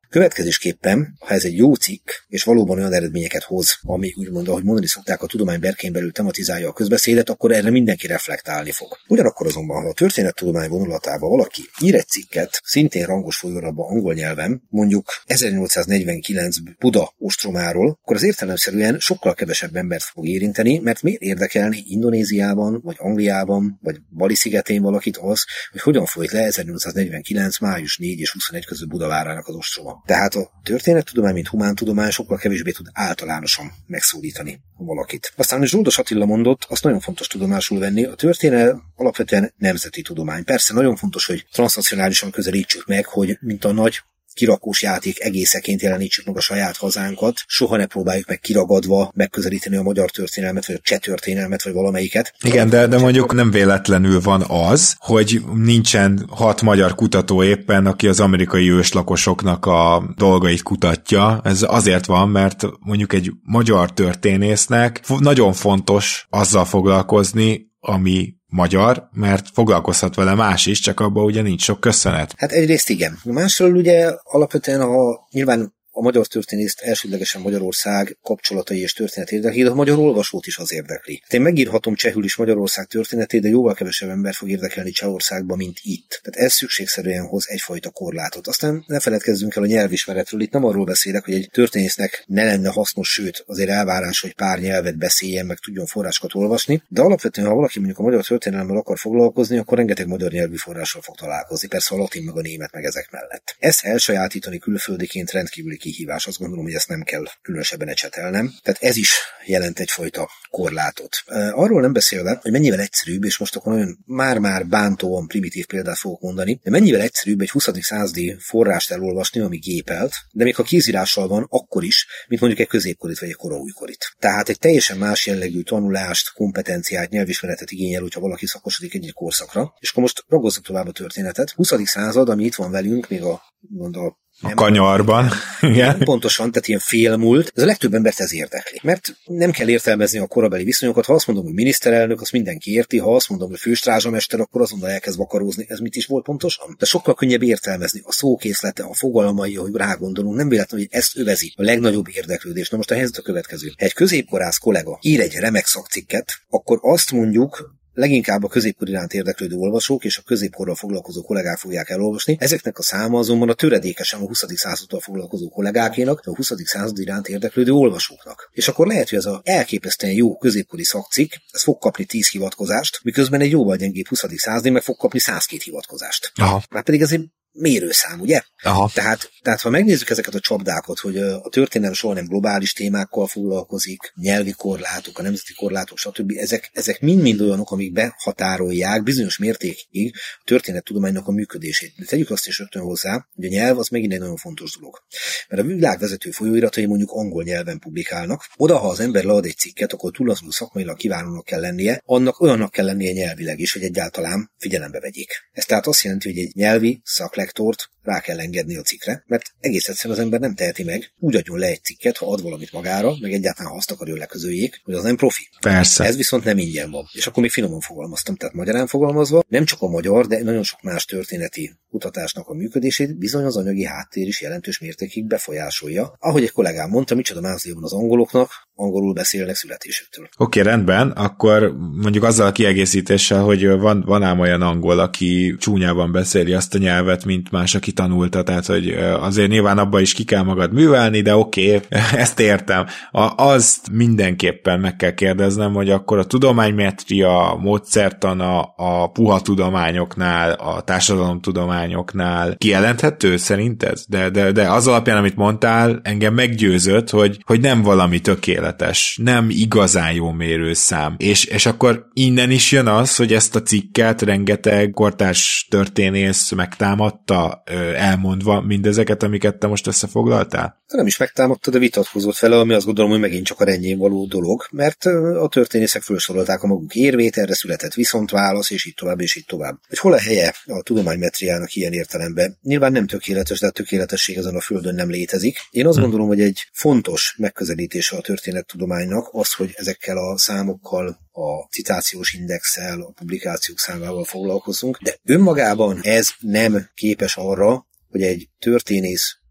Következésképpen, ha ez egy jó cikk, és valóban olyan eredményeket hoz, ami úgymond, ahogy mondani szokták, a tudomány berkein belül tematizálja a közbeszédet, akkor erre mindenki reflektálni fog. Ugyanakkor azonban, ha a történettudomány vonulatába valaki ír egy cikket, szintén rangos folyóiratban angol nyelven, mondjuk ezernyolcszáznegyvenkilenc Buda ostromáról, akkor az értelemszerűen sokkal kevesebb embert fog érinteni, mert miért érdekelni Indonéziában, vagy Angliában, vagy Bali szigetén valakit az, hogy hogyan folyt le ezernyolcszáznegyvenkilenc május negyedike és huszonegy között Budavárának az ostroma. Tehát a történettudomány, mint humántudomány sokkal kevésbé tud általánosan megszólítani valakit. Aztán, hogy Zsoldos Attila mondott, azt nagyon fontos tudomásul venni, a történet alapvetően nemzeti tudomány. Persze nagyon fontos, hogy transznacionálisan közelítsük meg, hogy mint a nagy kirakós játék egészeként jelenítsük meg a saját hazánkat, soha ne próbáljuk meg kiragadva megközelíteni a magyar történelmet, vagy a cseh történelmet, vagy valamelyiket. Igen, de, de mondjuk nem véletlenül van az, hogy nincsen hat magyar kutató éppen, aki az amerikai őslakosoknak a dolgait kutatja. Ez azért van, mert mondjuk egy magyar történésznek nagyon fontos azzal foglalkozni, ami magyar, mert foglalkozhat vele más is, csak abban ugye nincs sok köszönet. Hát egyrészt igen. Másról ugye alapvetően a nyilván a magyar történészt elsődlegesen Magyarország kapcsolatai és történet érdekli, de a magyar olvasót is az érdekli. Hát én megírhatom csehül is Magyarország történetét, de jóval kevesebb ember fog érdekelni Csehországban, mint itt. Tehát ez szükségszerűen hoz egyfajta korlátot. Aztán ne feledkezzünk el a nyelvismeretről. Itt nem arról beszélek, hogy egy történésznek ne lenne hasznos, sőt, azért elvárás, hogy pár nyelvet beszéljen, meg tudjon forrásokat olvasni, de alapvetően, ha valaki mondjuk a magyar történelemmel akar foglalkozni, akkor rengeteg magyar nyelvű forrással fog találkozni, persze a latin meg a német meg ezek mellett. Ezt elsajátítani külföldiként rendkívüli kihívás, azt gondolom, hogy ezt nem kell különösebben ecsetelnem. Tehát ez is jelent egyfajta korlátot. Arról nem beszélve, hogy mennyivel egyszerűbb, és most akkor nagyon már-már bántóan primitív példát fogok mondani, de mennyivel egyszerűbb egy huszadik századi forrást elolvasni, ami gépelt, de még ha kézírással van, akkor is, mint mondjuk egy középkorit vagy egy koraújkorit. Tehát egy teljesen más jellegű tanulást, kompetenciát, nyelvismeretet igényel, hogyha valaki szakosodik egy-egy korszakra. És akkor most ragozzuk tovább a történetet. huszadik század, ami itt van velünk, még a, mond a A kanyarban. Igen. Pontosan, tehát ilyen félmúlt. Ez a legtöbb embert ez érdekli. Mert nem kell értelmezni a korabeli viszonyokat. Ha azt mondom, hogy miniszterelnök, azt mindenki érti. Ha azt mondom, hogy főstrázsamester, akkor azonnal elkezd vakarózni. Ez mit is volt pontosan? De sokkal könnyebb értelmezni a szókészlete, a fogalmai, hogy rágondolunk. Nem véletlenül, hogy ezt övezi a legnagyobb érdeklődés. Na most a helyzet a következő. Ha egy középkorász kollega ír egy remek szakcikket, akkor azt mondjuk, leginkább a középkor iránt érdeklődő olvasók és a középkorral foglalkozó kollégák fogják elolvasni. Ezeknek a száma azonban a töredékesen a huszadik századtal foglalkozó kollégákénak, a huszadik század iránt érdeklődő olvasóknak. És akkor lehet, hogy ez az elképesztően jó középkori szakcikk, ez fog kapni tíz hivatkozást, miközben egy jóval gyengébb huszadik századi meg fog kapni százkettő hivatkozást. Aha. Már pedig ez egy mérőszám, ugye? Aha. Tehát, tehát ha megnézzük ezeket a csapdákat, hogy a történelem soha nem globális témákkal foglalkozik, nyelvi korlátok, a nemzeti korlátok, stb. Ezek, ezek mind-mind olyanok, amik behatárolják bizonyos mértékig a történettudománynak a működését. De tegyük azt is rögtön hozzá, hogy a nyelv az megint egy nagyon fontos dolog. Mert a világ vezető folyóiratai mondjuk angol nyelven publikálnak. Oda, ha az ember lead egy cikket, akkor túlazul szakmailag kiválónak kell lennie, annak olyannak kell lennie nyelvileg is, hogy egyáltalán figyelembe vegyék. Ez tehát azt jelenti, hogy egy nyelvi szaklektort rá kell engedni a cikkre, mert egész egyszerűen az ember nem teheti meg, úgy adjon le egy cikket, ha ad valamit magára, meg egyáltalán ha azt akarja, hogy leközöljék, hogy az nem profi. Persze. Ez viszont nem ingyen van. És akkor még finoman fogalmaztam, tehát magyarán fogalmazva, nem csak a magyar, de nagyon sok más történeti kutatásnak a működését bizony az anyagi háttér is jelentős mértékig befolyásolja. Ahogy egy kollégám mondta, micsoda mázlia van az angoloknak, angolul beszélnek születésüktől. Oké, okay, rendben, akkor mondjuk azzal a kiegészítéssel, hogy van, van ám olyan angol, aki csúnyában beszéli azt a nyelvet, mint más, aki tanulta, tehát hogy azért nyilván abba is ki kell magad művelni, de oké, okay, ezt értem. A, azt mindenképpen meg kell kérdeznem, hogy akkor a tudománymetria, a módszertana, a puha tudományoknál, a társadalomtudományoknál kijelenthető szerinted? De, de, de az alapján, amit mondtál, engem meggyőzött, hogy, hogy nem valami tökéletes, nem igazán jó mérőszám. És, és akkor innen is jön az, hogy ezt a cikket rengeteg kortárs történész megtámadta, elmondva mindezeket, amiket te most összefoglaltál? Nem is megtámadta, de vitatkozott vele, ami azt gondolom, hogy megint csak a rendjén való dolog, mert a történészek felsorolták a maguk érvét, erre született viszontválasz, és így tovább, és így tovább. Hogy hol a helye a tudománymetriának ilyen értelemben? Nyilván nem tökéletes, de a tökéletesség ezen a földön nem létezik. Én azt hm. gondolom, hogy egy fontos megközelítése a történettudománynak az, hogy ezekkel a számokkal, a citációs indexel, a publikációk számával foglalkozunk, de önmagában ez nem képes arra, hogy egy történész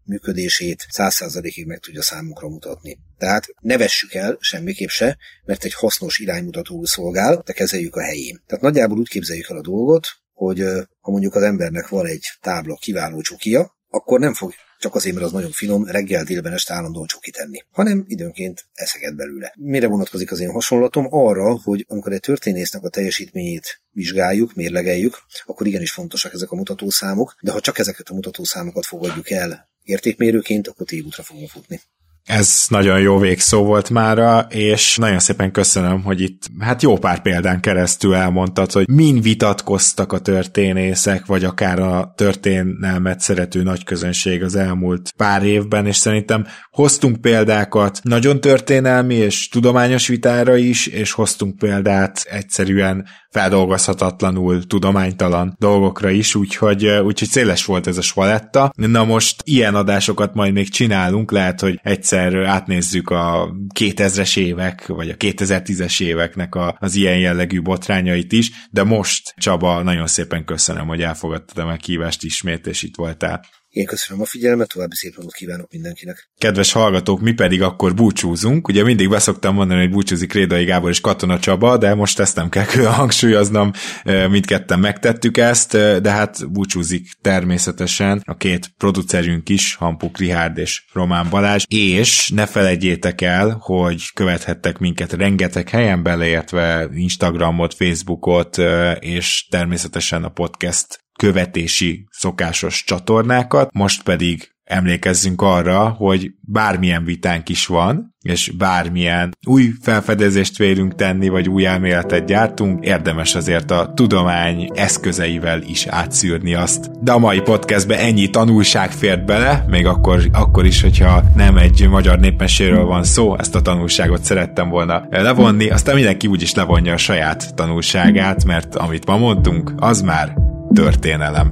működését száz százalékig meg tudja számunkra mutatni. Tehát ne vessük el semmiképp se, mert egy hasznos iránymutatóul szolgál, de kezeljük a helyén. Tehát nagyjából úgy képzeljük el a dolgot, hogy ha mondjuk az embernek van egy tábla kiváló csukia, akkor nem fog csak azért, mert az nagyon finom, reggel, délben, este állandóan csukit tenni, hanem időnként eszeget belőle. Mire vonatkozik az én hasonlatom? Arra, hogy amikor egy történésznek a teljesítményét vizsgáljuk, mérlegeljük, akkor igenis fontosak ezek a mutatószámok, de ha csak ezeket a mutatószámokat fogadjuk el értékmérőként, akkor tévútra fogunk futni. Ez nagyon jó végszó volt mára, és nagyon szépen köszönöm, hogy itt hát jó pár példán keresztül elmondtad, hogy min vitatkoztak a történészek, vagy akár a történelmet szerető nagyközönség az elmúlt pár évben, és szerintem hoztunk példákat nagyon történelmi és tudományos vitára is, és hoztunk példát egyszerűen feldolgozhatatlanul tudománytalan dolgokra is, úgyhogy, úgyhogy széles volt ez a svaletta. Na most ilyen adásokat majd még csinálunk, lehet, hogy egyszer átnézzük a kétezres évek, vagy a kétezer-tízes éveknek a, az ilyen jellegű botrányait is, de most, Csaba, nagyon szépen köszönöm, hogy elfogadtad a meghívást ismét, és itt voltál. Én köszönöm a figyelmet, további szép napot kívánok mindenkinek. Kedves hallgatók, mi pedig akkor búcsúzunk. Ugye mindig beszoktam mondani, hogy búcsúzik Rédai Gábor és Katona Csaba, de most ezt nem kell külön hangsúlyoznom, mindketten megtettük ezt, de hát búcsúzik természetesen a két producerünk is, Hampuk Rihárd és Román Balázs, és ne felejtjétek el, hogy követhettek minket rengeteg helyen, beleértve Instagramot, Facebookot, és természetesen a podcast követési szokásos csatornákat, most pedig emlékezzünk arra, hogy bármilyen vitánk is van, és bármilyen új felfedezést vélünk tenni, vagy új elméletet gyártunk, érdemes azért a tudomány eszközeivel is átszűrni azt. De a mai podcastbe ennyi tanulság fért bele, még akkor, akkor is, hogyha nem egy magyar népmeséről van szó, ezt a tanulságot szerettem volna levonni, aztán mindenki úgyis levonja a saját tanulságát, mert amit ma mondtunk, az már történelem.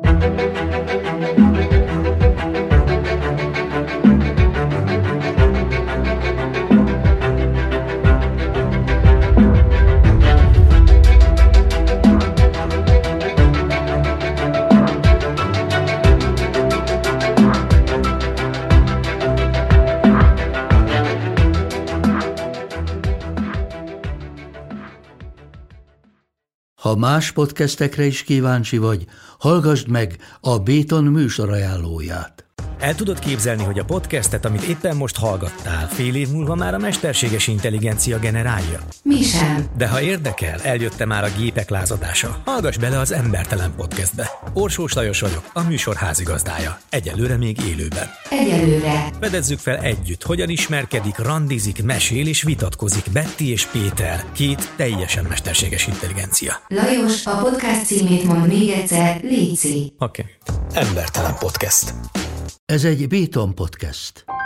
Ha más podcastekre is kíváncsi vagy, hallgassd meg a Béton műsor ajánlóját. El tudod képzelni, hogy a podcastet, amit éppen most hallgattál, fél év múlva már a mesterséges intelligencia generálja? Mi sem. De ha érdekel, eljött már a gépek lázadása. Hallgass bele az Embertelen Podcastbe. Orsós Lajos vagyok, a műsor házigazdája. Egyelőre még élőben. Egyelőre. Fedezzük fel együtt, hogyan ismerkedik, randizik, mesél és vitatkozik Betty és Péter, két teljesen mesterséges intelligencia. Lajos, a podcast címét mond még egyszer, léci. Oké. Okay. Embertelen Podcast. Ez egy Béton podcast.